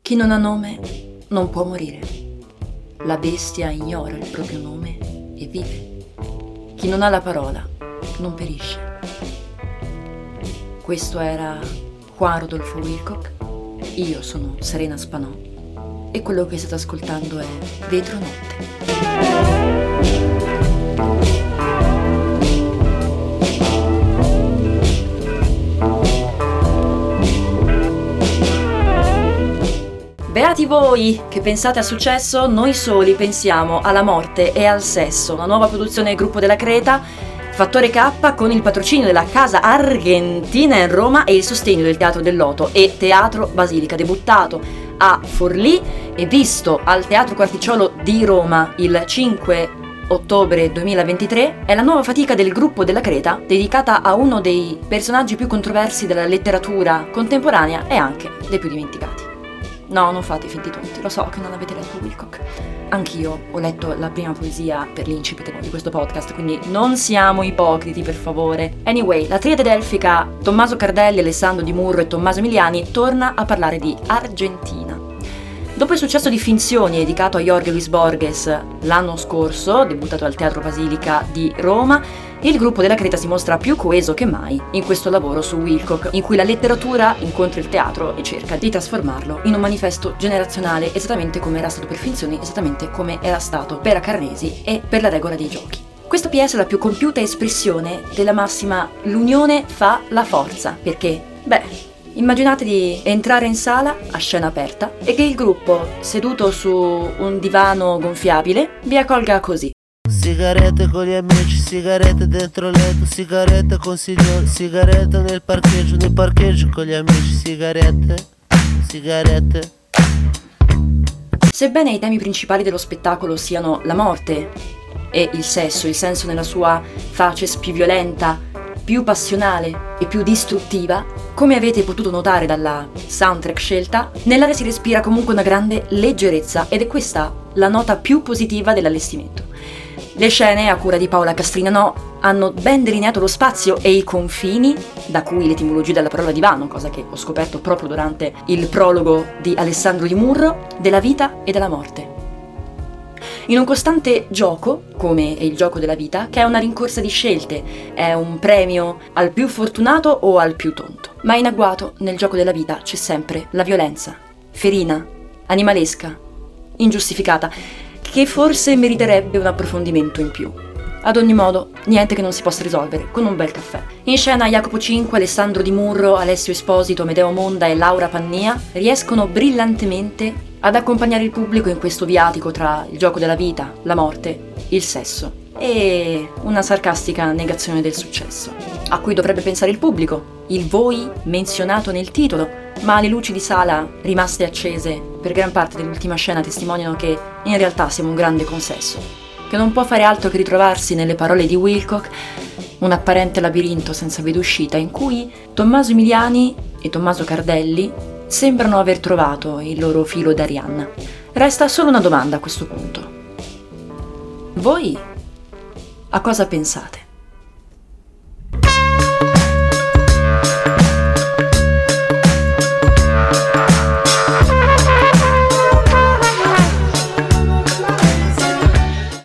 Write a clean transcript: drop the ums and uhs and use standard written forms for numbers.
Chi non ha nome non può morire. La bestia ignora il proprio nome e vive. Chi non ha la parola non perisce. Questo era Juan Rodolfo Wilcock. Io sono Serena Spanò e quello che state ascoltando è Vetro Notte. Beati voi che pensate al successo, noi soli pensiamo alla morte e al sesso. Una nuova produzione del Gruppo della Creta, Fattore K, con il patrocinio della Casa Argentina in Roma e il sostegno del Teatro del Loto e Teatro Basilica, debuttato a Forlì e visto al Teatro Quarticciolo di Roma il 5 ottobre 2023, è la nuova fatica del Gruppo della Creta dedicata a uno dei personaggi più controversi della letteratura contemporanea e anche dei più dimenticati. No, non fate finti tonti, lo so che non avete letto Wilcock. Anch'io ho letto la prima poesia per l'incipit di questo podcast, quindi non siamo ipocriti, per favore. Anyway, la triade delfica Tommaso Cardelli, Alessandro Di Murro e Tommaso Emiliani torna a parlare di Argentina. Dopo il successo di Finzioni dedicato a Jorge Luis Borges l'anno scorso, debuttato al Teatro Basilica di Roma, il Gruppo della Creta si mostra più coeso che mai in questo lavoro su Wilcock, in cui la letteratura incontra il teatro e cerca di trasformarlo in un manifesto generazionale, esattamente come era stato per Finzioni, esattamente come era stato per Acarnesi e per La regola dei giochi. Questa PS è la più compiuta espressione della massima "l'unione fa la forza", perché, immaginate di entrare in sala a scena aperta e che il gruppo, seduto su un divano gonfiabile, vi accolga così. Sigarette con gli amici, sigarette dentro letto, sigarette con signori, sigarette nel parcheggio con gli amici, sigarette. Sebbene i temi principali dello spettacolo siano la morte e il senso nella sua facies più violenta, più passionale e più distruttiva, come avete potuto notare dalla soundtrack scelta, nell'aria si respira comunque una grande leggerezza ed è questa la nota più positiva dell'allestimento. Le scene, a cura di Paola Castrinanò, hanno ben delineato lo spazio e i confini, da cui l'etimologia della parola divano, cosa che ho scoperto proprio durante il prologo di Alessandro Di Murro, della vita e della morte. In un costante gioco, come è il gioco della vita, che è una rincorsa di scelte, è un premio al più fortunato o al più tonto. Ma in agguato, nel gioco della vita, c'è sempre la violenza, ferina, animalesca, ingiustificata, che forse meriterebbe un approfondimento in più. Ad ogni modo, niente che non si possa risolvere con un bel caffè. In scena Jacopo Cinque, Alessandro Di Murro, Alessio Esposito, Medeo Monda e Laura Pannia riescono brillantemente ad accompagnare il pubblico in questo viatico tra il gioco della vita, la morte, il sesso e una sarcastica negazione del successo, a cui dovrebbe pensare il pubblico, il voi menzionato nel titolo, ma le luci di sala rimaste accese per gran parte dell'ultima scena testimoniano che in realtà siamo un grande consesso, che non può fare altro che ritrovarsi nelle parole di Wilcock, un apparente labirinto senza via d'uscita in cui Tommaso Emiliani e Tommaso Cardelli sembrano aver trovato il loro filo d'Arianna. Resta solo una domanda a questo punto. Voi a cosa pensate?